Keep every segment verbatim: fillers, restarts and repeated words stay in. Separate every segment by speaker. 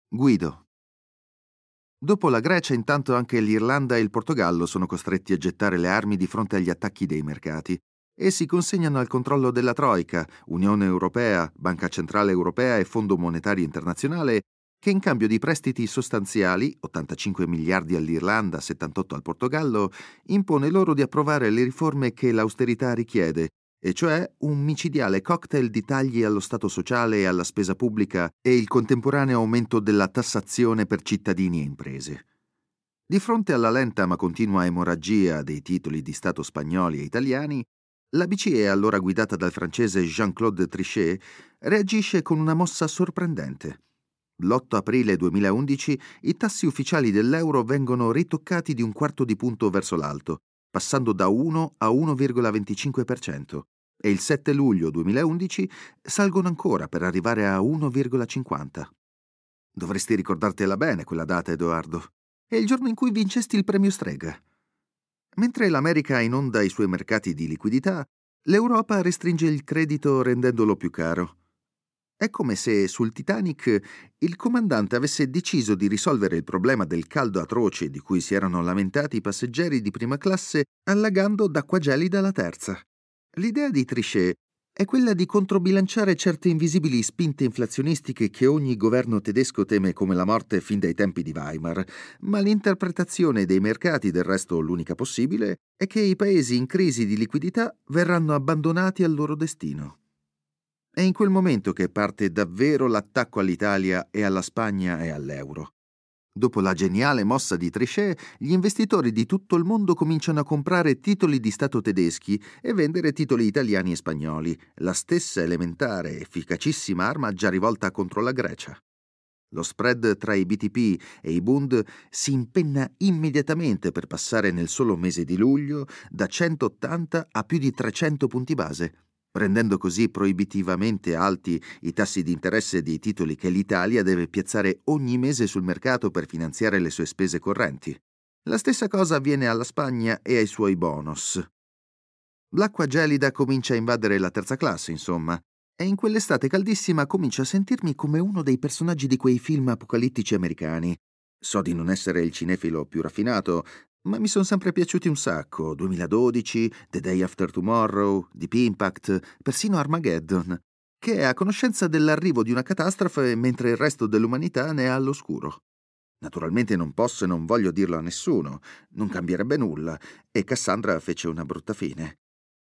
Speaker 1: Guido. Dopo la Grecia, intanto anche l'Irlanda e il Portogallo sono costretti a gettare le armi di fronte agli attacchi dei mercati e si consegnano al controllo della Troika, Unione Europea, Banca Centrale Europea e Fondo Monetario Internazionale, che in cambio di prestiti sostanziali, ottantacinque miliardi all'Irlanda, settantotto al Portogallo, impone loro di approvare le riforme che l'austerità richiede, e cioè un micidiale cocktail di tagli allo Stato sociale e alla spesa pubblica e il contemporaneo aumento della tassazione per cittadini e imprese. Di fronte alla lenta ma continua emorragia dei titoli di Stato spagnoli e italiani, la B C E, allora guidata dal francese Jean-Claude Trichet, reagisce con una mossa sorprendente. L'otto aprile duemilaundici i tassi ufficiali dell'euro vengono ritoccati di un quarto di punto verso l'alto, passando da uno a uno virgola venticinque per cento, e il sette luglio duemilaundici salgono ancora per arrivare a uno virgola cinquanta. Dovresti ricordartela bene quella data, Edoardo. È il giorno in cui vincesti il premio Strega. Mentre l'America inonda i suoi mercati di liquidità, l'Europa restringe il credito rendendolo più caro. È come se sul Titanic il comandante avesse deciso di risolvere il problema del caldo atroce di cui si erano lamentati i passeggeri di prima classe allagando d'acqua gelida la terza. L'idea di Trichet è quella di controbilanciare certe invisibili spinte inflazionistiche che ogni governo tedesco teme come la morte fin dai tempi di Weimar, ma l'interpretazione dei mercati, del resto l'unica possibile, è che i paesi in crisi di liquidità verranno abbandonati al loro destino. È in quel momento che parte davvero l'attacco all'Italia e alla Spagna e all'euro. Dopo la geniale mossa di Trichet, gli investitori di tutto il mondo cominciano a comprare titoli di Stato tedeschi e vendere titoli italiani e spagnoli, la stessa elementare, efficacissima arma già rivolta contro la Grecia. Lo spread tra i B T P e i Bund si impenna immediatamente per passare nel solo mese di luglio da centottanta a più di trecento punti base, rendendo così proibitivamente alti i tassi di interesse dei titoli che l'Italia deve piazzare ogni mese sul mercato per finanziare le sue spese correnti. La stessa cosa avviene alla Spagna e ai suoi bonus. L'acqua gelida comincia a invadere la terza classe, insomma, e in quell'estate caldissima comincio a sentirmi come uno dei personaggi di quei film apocalittici americani. So di non essere il cinefilo più raffinato, ma mi sono sempre piaciuti un sacco. duemiladodici, The Day After Tomorrow, Deep Impact, persino Armageddon, che è a conoscenza dell'arrivo di una catastrofe mentre il resto dell'umanità ne è all'oscuro. Naturalmente non posso e non voglio dirlo a nessuno, non cambierebbe nulla, e Cassandra fece una brutta fine.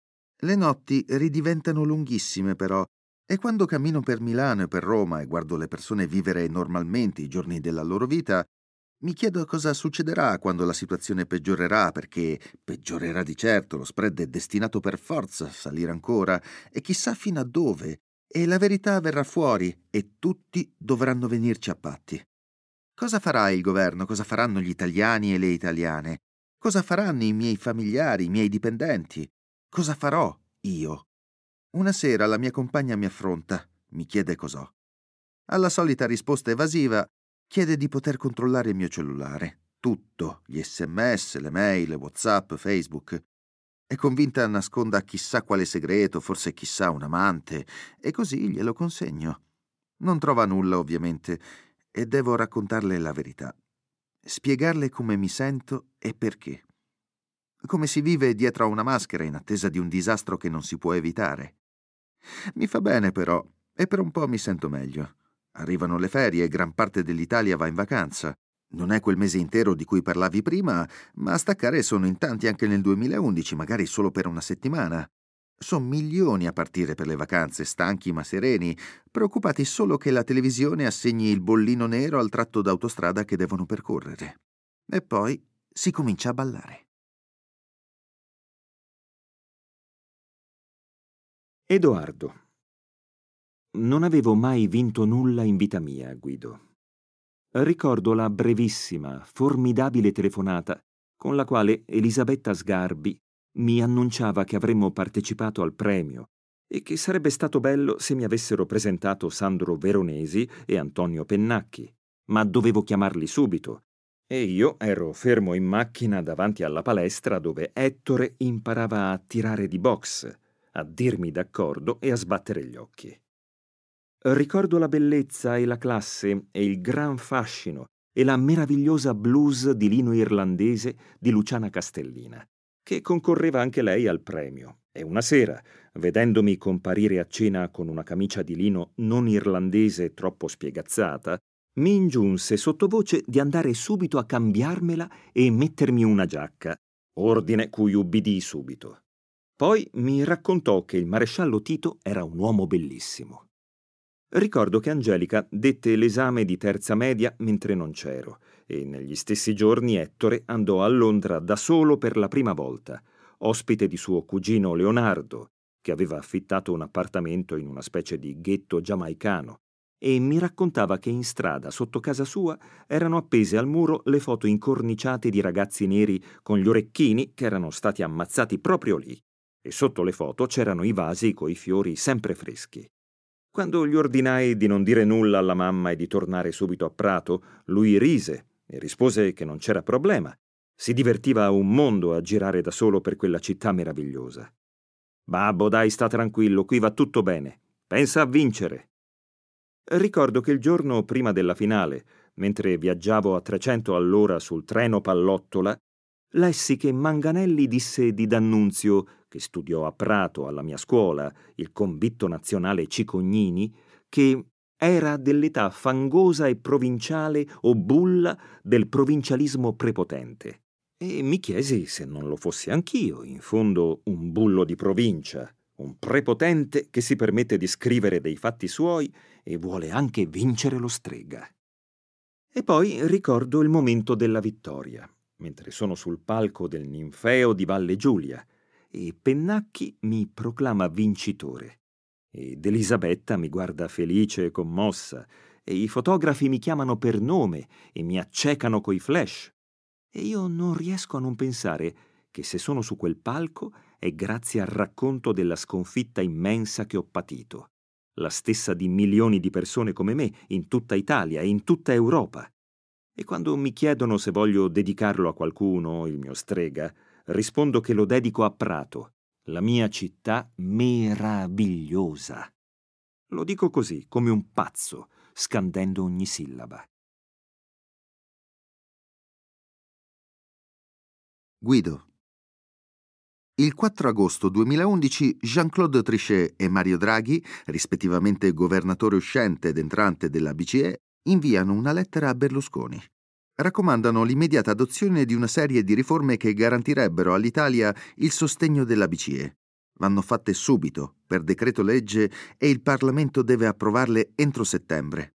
Speaker 1: Le notti ridiventano lunghissime, però, e quando cammino per Milano e per Roma e guardo le persone vivere normalmente i giorni della loro vita, mi chiedo cosa succederà quando la situazione peggiorerà, perché peggiorerà di certo, lo spread è destinato per forza a salire ancora, e chissà fino a dove, e la verità verrà fuori e tutti dovranno venirci a patti. Cosa farà il governo? Cosa faranno gli italiani e le italiane? Cosa faranno i miei familiari, i miei dipendenti? Cosa farò io? Una sera la mia compagna mi affronta, mi chiede cos'ho. Alla solita risposta evasiva, chiede di poter controllare il mio cellulare, tutto, gli sms, le mail, WhatsApp, Facebook. È convinta nasconda chissà quale segreto, forse chissà un amante, e così glielo consegno. Non trova nulla, ovviamente, e devo raccontarle la verità. Spiegarle come mi sento e perché. Come si vive dietro a una maschera in attesa di un disastro che non si può evitare. Mi fa bene, però, e per un po' mi sento meglio. Arrivano le ferie e gran parte dell'Italia va in vacanza. Non è quel mese intero di cui parlavi prima, ma a staccare sono in tanti anche nel duemilaundici, magari solo per una settimana. Sono milioni a partire per le vacanze, stanchi ma sereni, preoccupati solo che la televisione assegni il bollino nero al tratto d'autostrada che devono percorrere. E poi si comincia a ballare.
Speaker 2: Edoardo. Non avevo mai vinto nulla in vita mia, Guido. Ricordo la brevissima, formidabile telefonata con la quale Elisabetta Sgarbi mi annunciava che avremmo partecipato al premio e che sarebbe stato bello se mi avessero presentato Sandro Veronesi e Antonio Pennacchi, ma dovevo chiamarli subito. E io ero fermo in macchina davanti alla palestra dove Ettore imparava a tirare di box, a dirmi d'accordo e a sbattere gli occhi. Ricordo la bellezza e la classe e il gran fascino e la meravigliosa blouse di lino irlandese di Luciana Castellina, che concorreva anche lei al premio. E una sera, vedendomi comparire a cena con una camicia di lino non irlandese troppo spiegazzata, mi ingiunse sottovoce di andare subito a cambiarmela e mettermi una giacca, ordine cui ubbidii subito. Poi mi raccontò che il maresciallo Tito era un uomo bellissimo. Ricordo che Angelica dette l'esame di terza media mentre non c'ero e negli stessi giorni Ettore andò a Londra da solo per la prima volta, ospite di suo cugino Leonardo, che aveva affittato un appartamento in una specie di ghetto giamaicano, e mi raccontava che in strada sotto casa sua erano appese al muro le foto incorniciate di ragazzi neri con gli orecchini che erano stati ammazzati proprio lì, e sotto le foto c'erano i vasi coi fiori sempre freschi. Quando gli ordinai di non dire nulla alla mamma e di tornare subito a Prato, lui rise e rispose che non c'era problema. Si divertiva un mondo a girare da solo per quella città meravigliosa. «Babbo, dai, sta tranquillo, qui va tutto bene. Pensa a vincere». Ricordo che il giorno prima della finale, mentre viaggiavo a trecento all'ora sul treno pallottola, lessi che Manganelli disse di D'Annunzio, che studiò a Prato alla mia scuola, il convitto nazionale Cicognini, che era dell'età fangosa e provinciale o bulla del provincialismo prepotente. E mi chiesi se non lo fossi anch'io, in fondo un bullo di provincia, un prepotente che si permette di scrivere dei fatti suoi e vuole anche vincere lo strega. E poi ricordo il momento della vittoria, mentre sono sul palco del Ninfeo di Valle Giulia, e Pennacchi mi proclama vincitore, ed Elisabetta mi guarda felice e commossa, e i fotografi mi chiamano per nome e mi accecano coi flash, e io non riesco a non pensare che se sono su quel palco è grazie al racconto della sconfitta immensa che ho patito, la stessa di milioni di persone come me in tutta Italia e in tutta Europa. E quando mi chiedono se voglio dedicarlo a qualcuno, il mio strega, rispondo che lo dedico a Prato, la mia città meravigliosa. Lo dico così, come un pazzo, scandendo ogni sillaba.
Speaker 1: Guido. Il quattro agosto duemilaundici Jean-Claude Trichet e Mario Draghi, rispettivamente governatore uscente ed entrante della B C E, inviano una lettera a Berlusconi. Raccomandano l'immediata adozione di una serie di riforme che garantirebbero all'Italia il sostegno della B C E. Vanno fatte subito, per decreto legge, e il Parlamento deve approvarle entro settembre.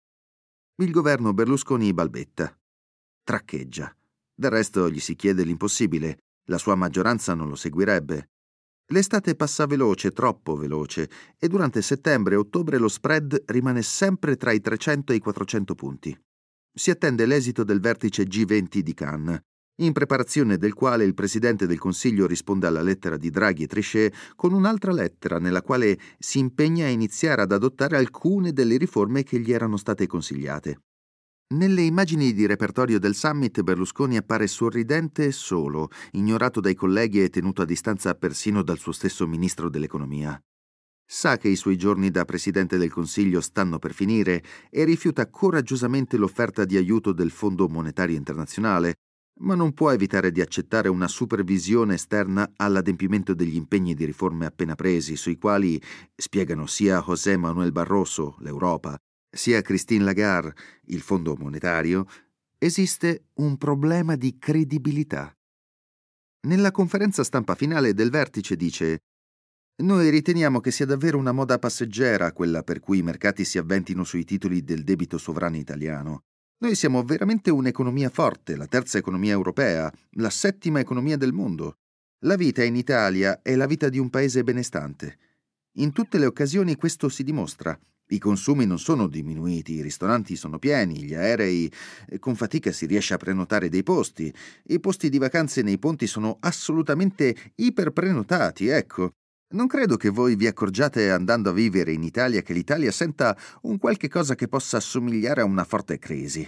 Speaker 1: Il governo Berlusconi balbetta. Traccheggia. Del resto gli si chiede l'impossibile. La sua maggioranza non lo seguirebbe. L'estate passa veloce, troppo veloce, e durante settembre e ottobre lo spread rimane sempre tra i trecento e i quattrocento punti. Si attende l'esito del vertice G venti di Cannes, in preparazione del quale il Presidente del Consiglio risponde alla lettera di Draghi e Trichet con un'altra lettera nella quale si impegna a iniziare ad adottare alcune delle riforme che gli erano state consigliate. Nelle immagini di repertorio del summit Berlusconi appare sorridente e solo, ignorato dai colleghi e tenuto a distanza persino dal suo stesso ministro dell'economia. Sa che i suoi giorni da Presidente del Consiglio stanno per finire e rifiuta coraggiosamente l'offerta di aiuto del Fondo Monetario Internazionale, ma non può evitare di accettare una supervisione esterna all'adempimento degli impegni di riforme appena presi, sui quali, spiegano sia José Manuel Barroso, l'Europa, sia Christine Lagarde, il Fondo Monetario, esiste un problema di credibilità. Nella conferenza stampa finale del vertice dice: «Noi riteniamo che sia davvero una moda passeggera quella per cui i mercati si avventino sui titoli del debito sovrano italiano. Noi siamo veramente un'economia forte, la terza economia europea, la settima economia del mondo. La vita in Italia è la vita di un paese benestante. In tutte le occasioni questo si dimostra. I consumi non sono diminuiti, i ristoranti sono pieni, gli aerei, con fatica si riesce a prenotare dei posti, i posti di vacanze nei ponti sono assolutamente iperprenotati, ecco. Non credo che voi vi accorgiate andando a vivere in Italia che l'Italia senta un qualche cosa che possa assomigliare a una forte crisi».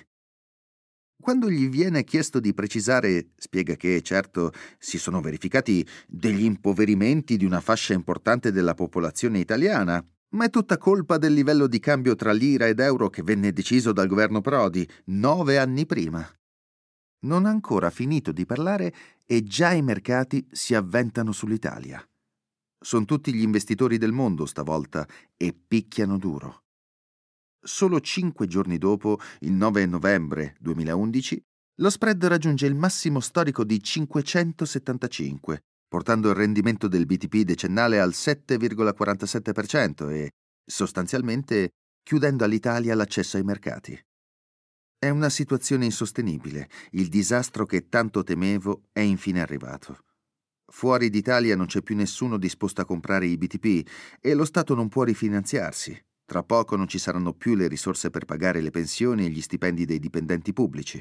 Speaker 1: Quando gli viene chiesto di precisare, spiega che, certo, si sono verificati degli impoverimenti di una fascia importante della popolazione italiana, Ma è tutta colpa del livello di cambio tra lira ed euro che venne deciso dal governo Prodi nove anni prima. Non ha ancora finito di parlare e già i mercati si avventano sull'Italia. Sono tutti gli investitori del mondo stavolta e picchiano duro. Solo cinque giorni dopo, il nove novembre duemilaundici, lo spread raggiunge il massimo storico di cinquecentosettantacinque, portando il rendimento del B T P decennale al sette virgola quarantasette per cento e, sostanzialmente, chiudendo all'Italia l'accesso ai mercati. È una situazione insostenibile. Il disastro che tanto temevo è infine arrivato. Fuori d'Italia non c'è più nessuno disposto a comprare i B T P e lo Stato non può rifinanziarsi. Tra poco non ci saranno più le risorse per pagare le pensioni e gli stipendi dei dipendenti pubblici.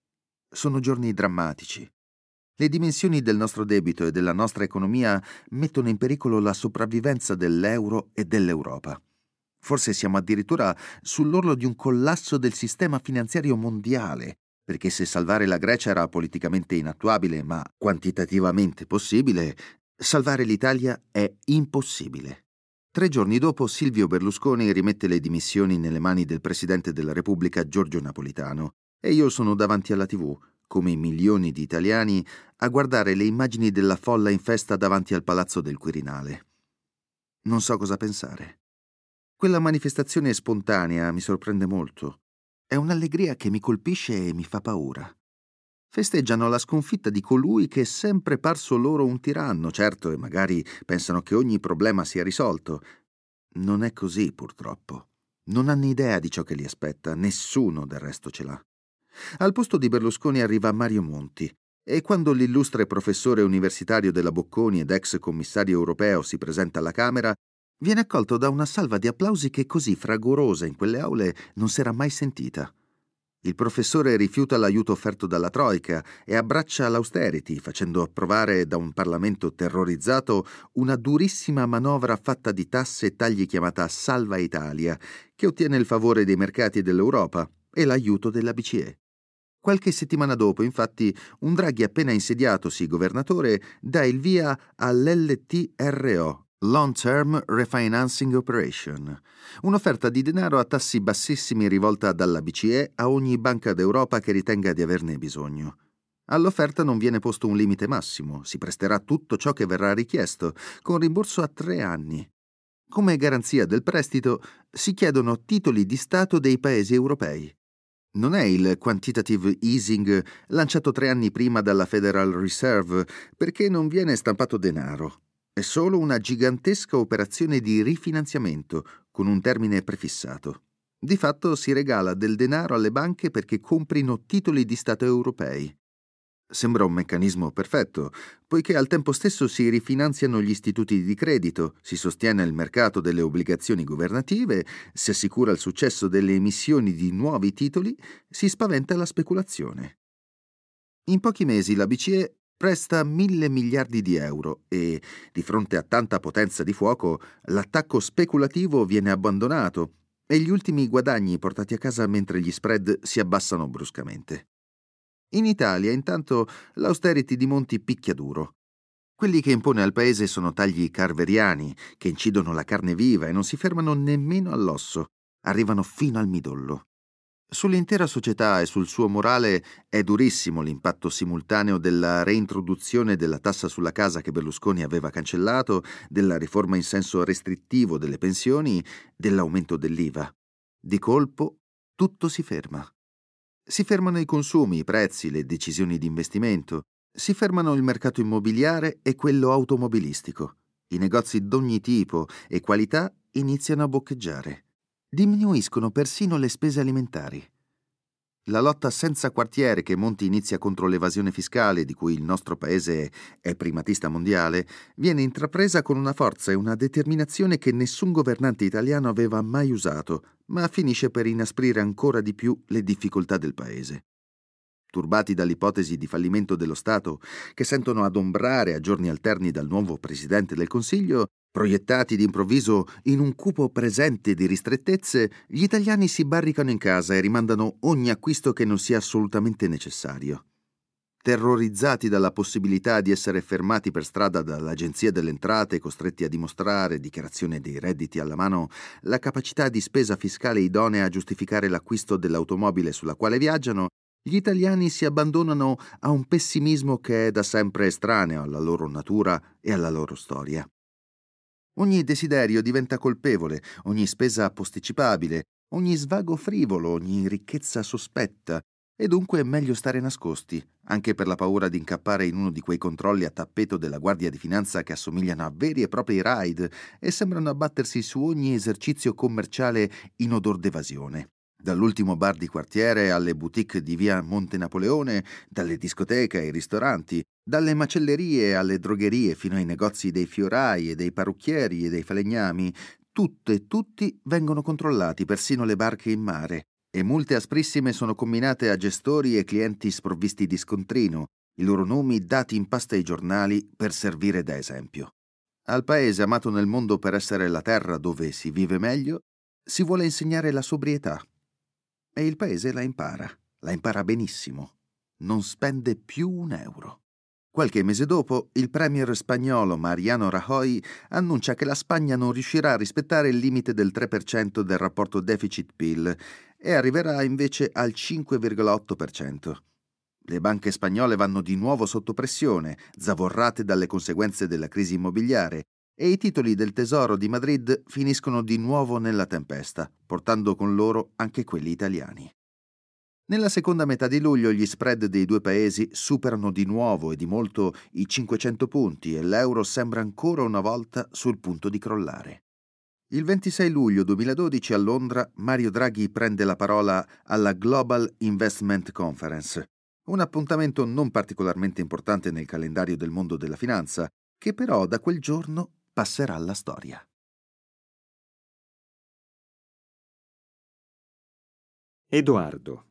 Speaker 1: Sono giorni drammatici. Le dimensioni del nostro debito e della nostra economia mettono in pericolo la sopravvivenza dell'euro e dell'Europa. Forse siamo addirittura sull'orlo di un collasso del sistema finanziario mondiale, perché se salvare la Grecia era politicamente inattuabile, ma quantitativamente possibile, salvare l'Italia è impossibile. Tre giorni dopo Silvio Berlusconi rimette le dimissioni nelle mani del Presidente della Repubblica Giorgio Napolitano e io sono davanti alla tivù, come milioni di italiani, a guardare le immagini della folla in festa davanti al Palazzo del Quirinale. Non so cosa pensare. Quella manifestazione spontanea mi sorprende molto. È un'allegria che mi colpisce e mi fa paura. Festeggiano la sconfitta di colui che è sempre parso loro un tiranno, certo, e magari pensano che ogni problema sia risolto. Non è così, purtroppo. Non hanno idea di ciò che li aspetta, nessuno del resto ce l'ha. Al posto di Berlusconi arriva Mario Monti, e quando l'illustre professore universitario della Bocconi ed ex commissario europeo si presenta alla Camera, viene accolto da una salva di applausi che così fragorosa in quelle aule non s'era mai sentita. Il professore rifiuta l'aiuto offerto dalla Troika e abbraccia l'austerity, facendo approvare da un Parlamento terrorizzato una durissima manovra fatta di tasse e tagli chiamata Salva Italia, che ottiene il favore dei mercati dell'Europa e l'aiuto della B C E. Qualche settimana dopo, infatti, un Draghi appena insediatosi governatore dà il via all'L T R O, Long Term Refinancing Operation, un'offerta di denaro a tassi bassissimi rivolta dalla B C E a ogni banca d'Europa che ritenga di averne bisogno. All'offerta non viene posto un limite massimo, si presterà tutto ciò che verrà richiesto, con rimborso a tre anni. Come garanzia del prestito si chiedono titoli di Stato dei paesi europei. Non è il quantitative easing lanciato tre anni prima dalla Federal Reserve, perché non viene stampato denaro. È solo una gigantesca operazione di rifinanziamento, con un termine prefissato. Di fatto si regala del denaro alle banche perché comprino titoli di Stato europei. Sembra un meccanismo perfetto, poiché al tempo stesso si rifinanziano gli istituti di credito, si sostiene il mercato delle obbligazioni governative, si assicura il successo delle emissioni di nuovi titoli, si spaventa la speculazione. In pochi mesi la B C E presta mille miliardi di euro e, di fronte a tanta potenza di fuoco, l'attacco speculativo viene abbandonato e gli ultimi guadagni portati a casa mentre gli spread si abbassano bruscamente. In Italia, intanto, l'austerity di Monti picchia duro. Quelli che impone al paese sono tagli carveriani, che incidono la carne viva e non si fermano nemmeno all'osso, arrivano fino al midollo. Sull'intera società e sul suo morale è durissimo l'impatto simultaneo della reintroduzione della tassa sulla casa che Berlusconi aveva cancellato, della riforma in senso restrittivo delle pensioni, dell'aumento dell'I V A. Di colpo tutto si ferma. Si fermano i consumi, i prezzi, le decisioni di investimento. Si fermano il mercato immobiliare e quello automobilistico. I negozi d'ogni tipo e qualità iniziano a boccheggiare. Diminuiscono persino le spese alimentari. La lotta senza quartiere che Monti inizia contro l'evasione fiscale, di cui il nostro paese è primatista mondiale, viene intrapresa con una forza e una determinazione che nessun governante italiano aveva mai usato, ma finisce per inasprire ancora di più le difficoltà del paese. Turbati dall'ipotesi di fallimento dello Stato, che sentono adombrare a giorni alterni dal nuovo Presidente del Consiglio, proiettati d'improvviso in un cupo presente di ristrettezze, gli italiani si barricano in casa e rimandano ogni acquisto che non sia assolutamente necessario. terrorizzati dalla possibilità di essere fermati per strada dall'Agenzia delle Entrate, costretti a dimostrare, dichiarazione dei redditi alla mano, la capacità di spesa fiscale idonea a giustificare l'acquisto dell'automobile sulla quale viaggiano, gli italiani si abbandonano a un pessimismo che è da sempre estraneo alla loro natura e alla loro storia. Ogni desiderio diventa colpevole, ogni spesa posticipabile, ogni svago frivolo, ogni ricchezza sospetta, e dunque è meglio stare nascosti, anche per la paura di incappare in uno di quei controlli a tappeto della Guardia di Finanza che assomigliano a veri e propri raid e sembrano abbattersi su ogni esercizio commerciale in odor d'evasione. Dall'ultimo bar di quartiere alle boutique di via Monte Napoleone, dalle discoteche ai ristoranti, dalle macellerie alle drogherie fino ai negozi dei fiorai e dei parrucchieri e dei falegnami, tutte e tutti vengono controllati, persino le barche in mare, e multe asprissime sono comminate a gestori e clienti sprovvisti di scontrino, i loro nomi dati in pasta ai giornali per servire da esempio. Al paese amato nel mondo per essere la terra dove si vive meglio, si vuole insegnare la sobrietà. E il paese la impara, la impara benissimo. Non spende più un euro. Qualche mese dopo, il premier spagnolo Mariano Rajoy annuncia che la Spagna non riuscirà a rispettare il limite del tre per cento del rapporto deficit-P I L e arriverà invece al cinque virgola otto per cento. Le banche spagnole vanno di nuovo sotto pressione, zavorrate dalle conseguenze della crisi immobiliare, e i titoli del Tesoro di Madrid finiscono di nuovo nella tempesta, portando con loro anche quelli italiani. Nella seconda metà di luglio gli spread dei due paesi superano di nuovo e di molto i cinquecento punti e l'euro sembra ancora una volta sul punto di crollare. Il ventisei luglio duemiladodici a Londra Mario Draghi prende la parola alla Global Investment Conference, un appuntamento non particolarmente importante nel calendario del mondo della finanza, che però da quel giorno passerà alla storia.
Speaker 2: Edoardo.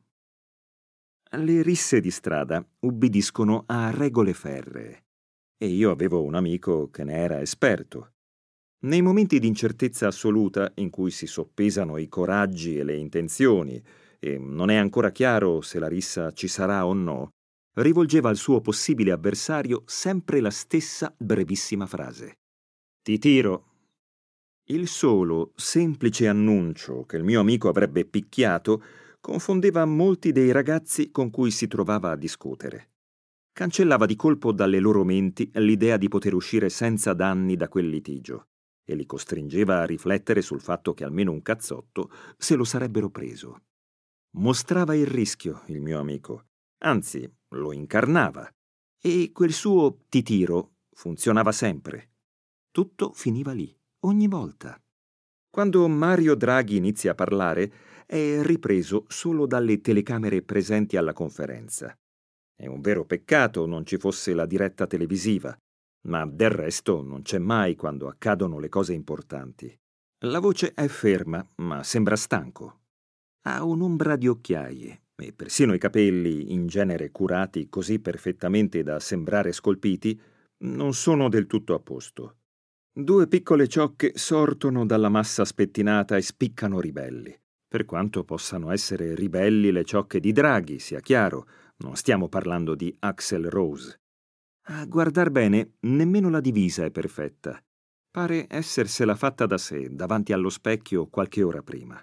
Speaker 2: Le risse di strada ubbidiscono a regole ferree e io avevo un amico che ne era esperto. Nei momenti di incertezza assoluta in cui si soppesano i coraggi e le intenzioni e non è ancora chiaro se la rissa ci sarà o no, rivolgeva al suo possibile avversario sempre la stessa brevissima frase. Ti tiro. Il solo semplice annuncio che il mio amico avrebbe picchiato confondeva molti dei ragazzi con cui si trovava a discutere. Cancellava di colpo dalle loro menti l'idea di poter uscire senza danni da quel litigio e li costringeva a riflettere sul fatto che almeno un cazzotto se lo sarebbero preso. Mostrava il rischio, il mio amico, anzi lo incarnava, e quel suo ti tiro funzionava sempre. Tutto finiva lì. Ogni volta. Quando Mario Draghi inizia a parlare, è ripreso solo dalle telecamere presenti alla conferenza. È un vero peccato non ci fosse la diretta televisiva, ma del resto non c'è mai quando accadono le cose importanti. La voce è ferma, ma sembra stanco. Ha un'ombra di occhiaie e persino i capelli, in genere curati così perfettamente da sembrare scolpiti, non sono del tutto a posto. Due piccole ciocche sortono dalla massa spettinata e spiccano ribelli. Per quanto possano essere ribelli le ciocche di Draghi, sia chiaro, non stiamo parlando di Axl Rose. A guardar bene, nemmeno la divisa è perfetta. Pare essersela fatta da sé, davanti allo specchio qualche ora prima.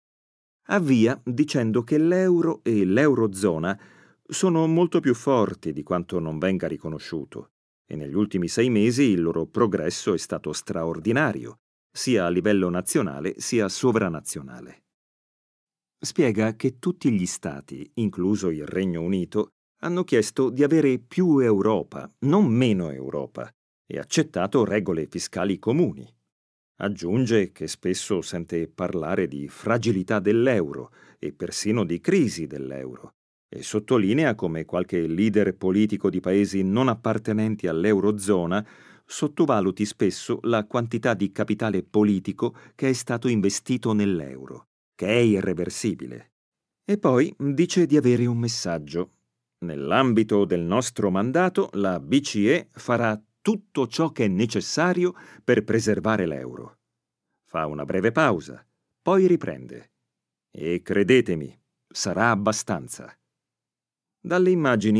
Speaker 2: Avvia dicendo che l'euro e l'eurozona sono molto più forti di quanto non venga riconosciuto. E negli ultimi sei mesi il loro progresso è stato straordinario, sia a livello nazionale sia sovranazionale. Spiega che tutti gli stati, incluso il Regno Unito, hanno chiesto di avere più Europa, non meno Europa, e accettato regole fiscali comuni. Aggiunge che spesso sente parlare di fragilità dell'euro e persino di crisi dell'euro. E sottolinea come qualche leader politico di paesi non appartenenti all'Eurozona sottovaluti spesso la quantità di capitale politico che è stato investito nell'euro, che è irreversibile. E poi dice di avere un messaggio. Nell'ambito del nostro mandato, la B C E farà tutto ciò che è necessario per preservare l'euro. Fa una breve pausa, poi riprende. E credetemi, sarà abbastanza. Dalle immagini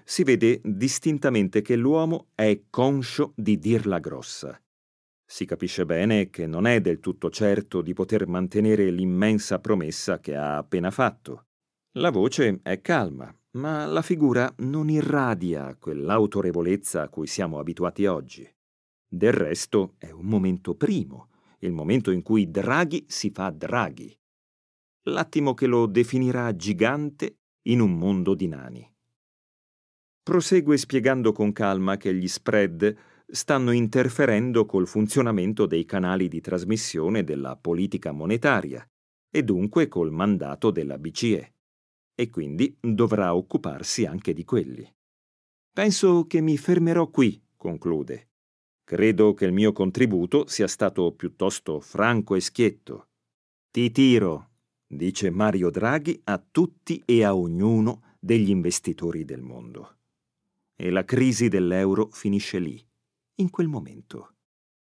Speaker 2: si vede distintamente che l'uomo è conscio di dirla grossa. Si capisce bene che non è del tutto certo di poter mantenere l'immensa promessa che ha appena fatto. La voce è calma, ma la figura non irradia quell'autorevolezza a cui siamo abituati oggi. Del resto è un momento primo, il momento in cui Draghi si fa Draghi. L'attimo che lo definirà gigante in un mondo di nani. Prosegue spiegando con calma che gli spread stanno interferendo col funzionamento dei canali di trasmissione della politica monetaria e dunque col mandato della B C E, e quindi dovrà occuparsi anche di quelli. Penso che mi fermerò qui, conclude. Credo che il mio contributo sia stato piuttosto franco e schietto. Ti tiro, dice Mario Draghi a tutti e a ognuno degli investitori del mondo. E la crisi dell'euro finisce lì, in quel momento.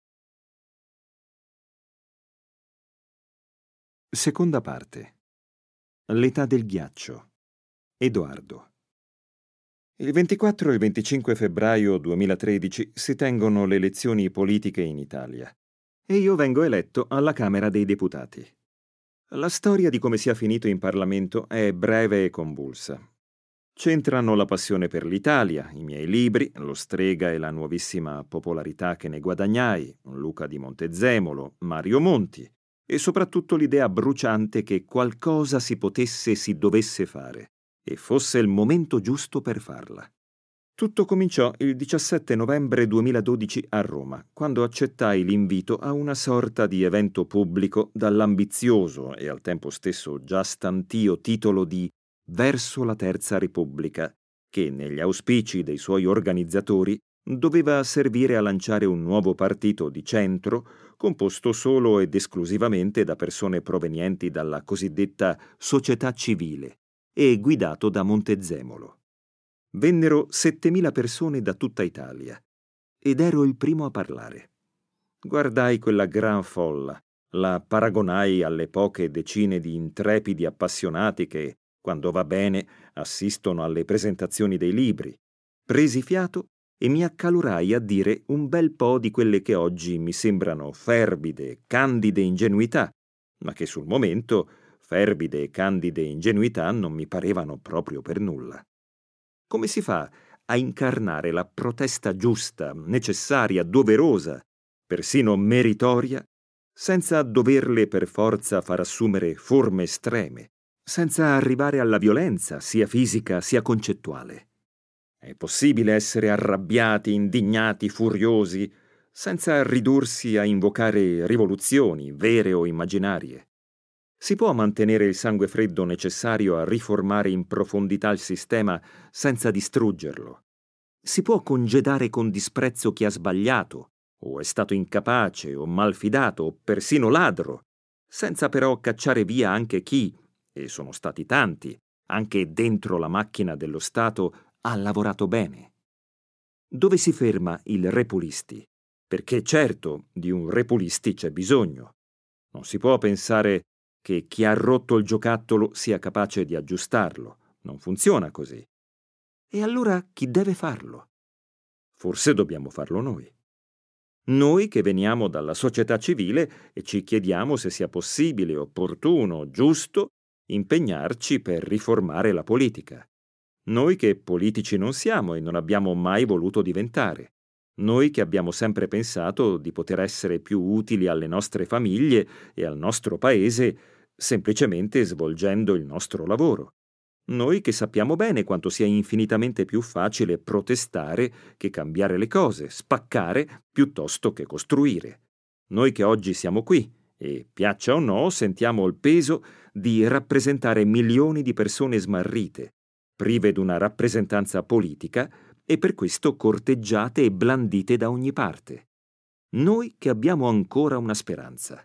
Speaker 2: Seconda parte. L'età del ghiaccio. Edoardo. Il ventiquattro e il venticinque febbraio duemilatredici si tengono le elezioni politiche in Italia e io vengo eletto alla Camera dei Deputati. La storia di come sia finito in Parlamento è breve e convulsa. C'entrano la passione per l'Italia, i miei libri, lo Strega e la nuovissima popolarità che ne guadagnai, Luca di Montezemolo, Mario Monti, e soprattutto l'idea bruciante che qualcosa si potesse e si dovesse fare, e fosse il momento giusto per farla. Tutto cominciò il diciassette novembre duemiladodici a Roma, quando accettai l'invito a una sorta di evento pubblico dall'ambizioso e al tempo stesso già stantio titolo di Verso la Terza Repubblica, che negli auspici dei suoi organizzatori doveva servire a lanciare un nuovo partito di centro composto solo ed esclusivamente da persone provenienti dalla cosiddetta società civile e guidato da Montezemolo. Vennero settemila persone da tutta Italia ed ero il primo a parlare. Guardai quella gran folla, la paragonai alle poche decine di intrepidi appassionati che, quando va bene, assistono alle presentazioni dei libri. Presi fiato e mi accalorai a dire un bel po' di quelle che oggi mi sembrano fervide, candide ingenuità, ma che sul momento fervide e candide ingenuità non mi parevano proprio per nulla. Come si fa a incarnare la protesta giusta, necessaria, doverosa, persino meritoria, senza doverle per forza far assumere forme estreme, senza arrivare alla violenza, sia fisica sia concettuale? È possibile essere arrabbiati, indignati, furiosi, senza ridursi a invocare rivoluzioni, vere o immaginarie? Si può mantenere il sangue freddo necessario a riformare in profondità il sistema senza distruggerlo? Si può congedare con disprezzo chi ha sbagliato, o è stato incapace, o malfidato, o persino ladro, senza però cacciare via anche chi, e sono stati tanti, anche dentro la macchina dello Stato, ha lavorato bene? Dove si ferma il repulisti? Perché certo, di un repulisti c'è bisogno. Non si può pensare che chi ha rotto il giocattolo sia capace di aggiustarlo. Non funziona così. E allora chi deve farlo? Forse dobbiamo farlo noi. Noi che veniamo dalla società civile e ci chiediamo se sia possibile, opportuno, giusto impegnarci per riformare la politica. Noi che politici non siamo e non abbiamo mai voluto diventare. Noi che abbiamo sempre pensato di poter essere più utili alle nostre famiglie e al nostro paese semplicemente svolgendo il nostro lavoro. Noi che sappiamo bene quanto sia infinitamente più facile protestare che cambiare le cose, spaccare piuttosto che costruire. Noi che oggi siamo qui e, piaccia o no, sentiamo il peso di rappresentare milioni di persone smarrite, prive d'una rappresentanza politica e per questo corteggiate e blandite da ogni parte. Noi che abbiamo ancora una speranza.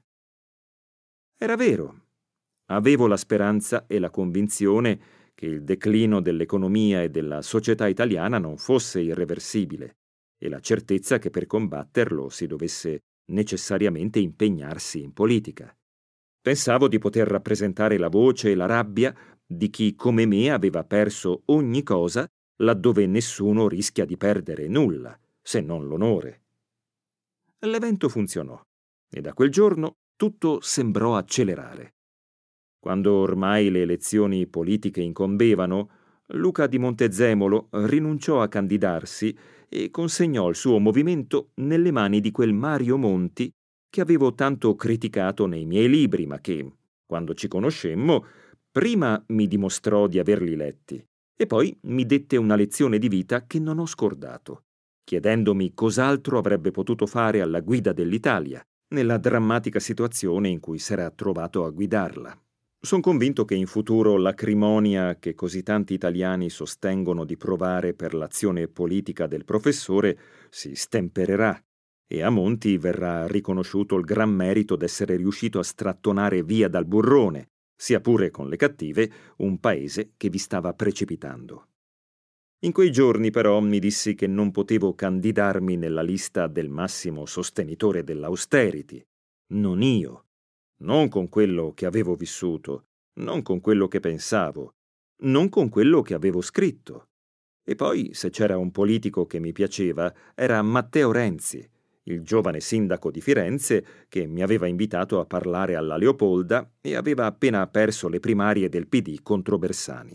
Speaker 2: Era vero. Avevo la speranza e la convinzione che il declino dell'economia e della società italiana non fosse irreversibile e la certezza che per combatterlo si dovesse necessariamente impegnarsi in politica. Pensavo di poter rappresentare la voce e la rabbia di chi come me aveva perso ogni cosa laddove nessuno rischia di perdere nulla, se non l'onore. L'evento funzionò e da quel giorno tutto sembrò accelerare. Quando ormai le elezioni politiche incombevano, Luca di Montezemolo rinunciò a candidarsi e consegnò il suo movimento nelle mani di quel Mario Monti che avevo tanto criticato nei miei libri, ma che, quando ci conoscemmo, prima mi dimostrò di averli letti e poi mi dette una lezione di vita che non ho scordato, chiedendomi cos'altro avrebbe potuto fare alla guida dell'Italia, nella drammatica situazione in cui s'era trovato a guidarla. Sono convinto che in futuro l'acrimonia che così tanti italiani sostengono di provare per l'azione politica del professore si stempererà e a Monti verrà riconosciuto il gran merito d'essere riuscito a strattonare via dal burrone, sia pure con le cattive, un paese che vi stava precipitando. In quei giorni però mi dissi che non potevo candidarmi nella lista del massimo sostenitore dell'austerity, non io. Non con quello che avevo vissuto, non con quello che pensavo, non con quello che avevo scritto. E poi, se c'era un politico che mi piaceva, era Matteo Renzi, il giovane sindaco di Firenze che mi aveva invitato a parlare alla Leopolda e aveva appena perso le primarie del P D contro Bersani.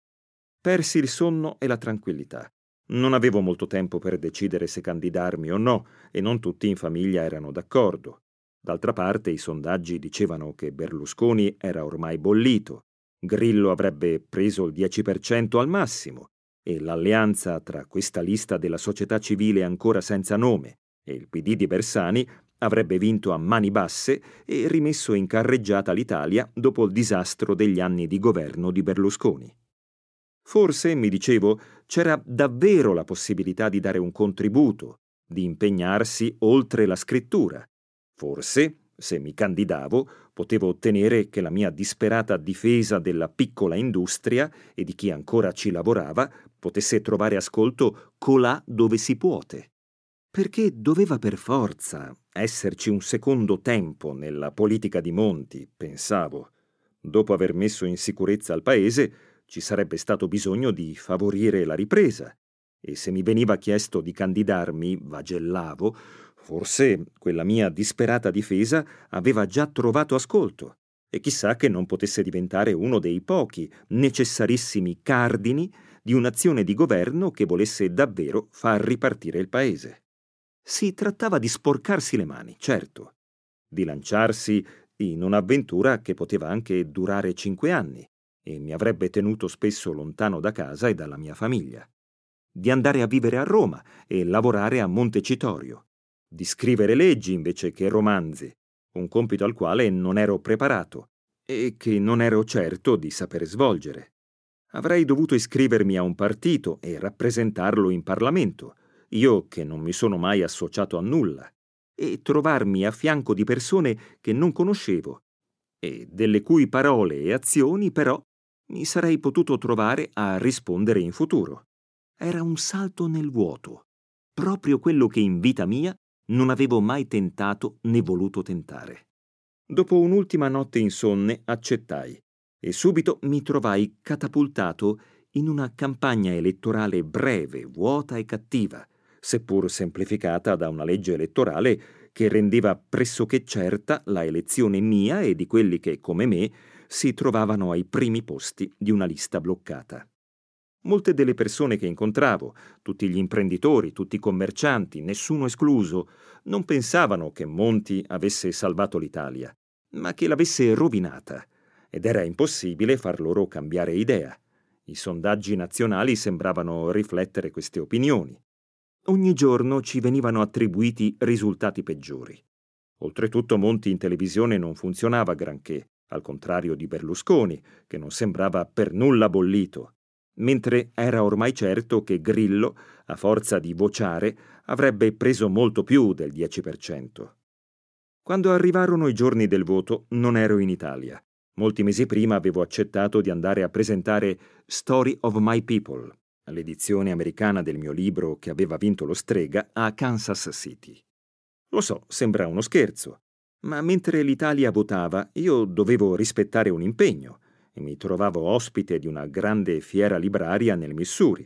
Speaker 2: Persi il sonno e la tranquillità. Non avevo molto tempo per decidere se candidarmi o no, e non tutti in famiglia erano d'accordo. D'altra parte i sondaggi dicevano che Berlusconi era ormai bollito, Grillo avrebbe preso il dieci per cento al massimo e l'alleanza tra questa lista della società civile ancora senza nome e il P D di Bersani avrebbe vinto a mani basse e rimesso in carreggiata l'Italia dopo il disastro degli anni di governo di Berlusconi. Forse, mi dicevo, c'era davvero la possibilità di dare un contributo, di impegnarsi oltre la scrittura. Forse, se mi candidavo, potevo ottenere che la mia disperata difesa della piccola industria e di chi ancora ci lavorava potesse trovare ascolto colà dove si puote. Perché doveva per forza esserci un secondo tempo nella politica di Monti, pensavo. Dopo aver messo in sicurezza il paese, ci sarebbe stato bisogno di favorire la ripresa. E se mi veniva chiesto di candidarmi, vagellavo, forse quella mia disperata difesa aveva già trovato ascolto, e chissà che non potesse diventare uno dei pochi, necessarissimi cardini di un'azione di governo che volesse davvero far ripartire il paese. Si trattava di sporcarsi le mani, certo, di lanciarsi in un'avventura che poteva anche durare cinque anni e mi avrebbe tenuto spesso lontano da casa e dalla mia famiglia, di andare a vivere a Roma e lavorare a Montecitorio, di scrivere leggi invece che romanzi, un compito al quale non ero preparato e che non ero certo di saper svolgere. Avrei dovuto iscrivermi a un partito e rappresentarlo in Parlamento, io che non mi sono mai associato a nulla, e trovarmi a fianco di persone che non conoscevo e delle cui parole e azioni però mi sarei potuto trovare a rispondere in futuro. Era un salto nel vuoto, proprio quello che in vita mia non avevo mai tentato né voluto tentare. Dopo un'ultima notte insonne accettai e subito mi trovai catapultato in una campagna elettorale breve, vuota e cattiva, seppur semplificata da una legge elettorale che rendeva pressoché certa la elezione mia e di quelli che, come me, si trovavano ai primi posti di una lista bloccata. Molte delle persone che incontravo, tutti gli imprenditori, tutti i commercianti, nessuno escluso, non pensavano che Monti avesse salvato l'Italia, ma che l'avesse rovinata, ed era impossibile far loro cambiare idea. I sondaggi nazionali sembravano riflettere queste opinioni. Ogni giorno ci venivano attribuiti risultati peggiori. Oltretutto Monti in televisione non funzionava granché, al contrario di Berlusconi, che non sembrava per nulla bollito, mentre era ormai certo che Grillo, a forza di vociare, avrebbe preso molto più del dieci per cento. Quando arrivarono i giorni del voto non ero in Italia. Molti mesi prima avevo accettato di andare a presentare Story of My People, l'edizione americana del mio libro che aveva vinto lo Strega, a Kansas City. Lo so, sembra uno scherzo, ma mentre l'Italia votava io dovevo rispettare un impegno e mi trovavo ospite di una grande fiera libraria nel Missouri.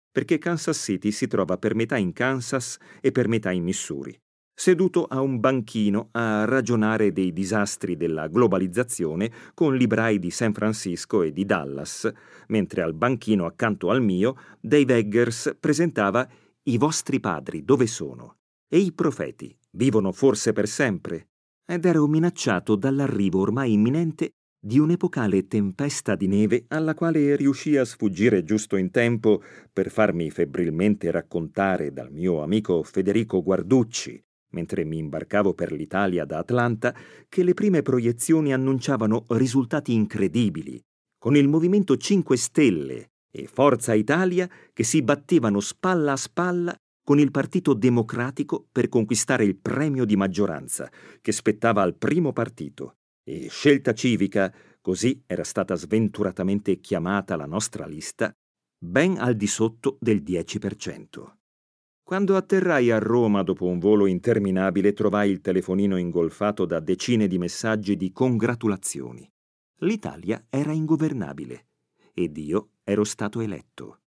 Speaker 2: perché Kansas City si trova per metà in Kansas e per metà in Missouri, seduto a un banchino a ragionare dei disastri della globalizzazione con librai di San Francisco e di Dallas, mentre al banchino accanto al mio Dave Eggers presentava I vostri padri dove sono? E i profeti vivono forse per sempre? Ed ero minacciato dall'arrivo ormai imminente di un'epocale tempesta di neve alla quale riuscii a sfuggire giusto in tempo per farmi febbrilmente raccontare dal mio amico Federico Guarducci, mentre mi imbarcavo per l'Italia da Atlanta, che le prime proiezioni annunciavano risultati incredibili, con il Movimento cinque Stelle e Forza Italia che si battevano spalla a spalla con il Partito Democratico per conquistare il premio di maggioranza che spettava al primo partito, e Scelta Civica, così era stata sventuratamente chiamata la nostra lista, ben al di sotto del dieci per cento. Quando atterrai a Roma dopo un volo interminabile, trovai il telefonino ingolfato da decine di messaggi di congratulazioni. L'Italia era ingovernabile ed io ero stato eletto.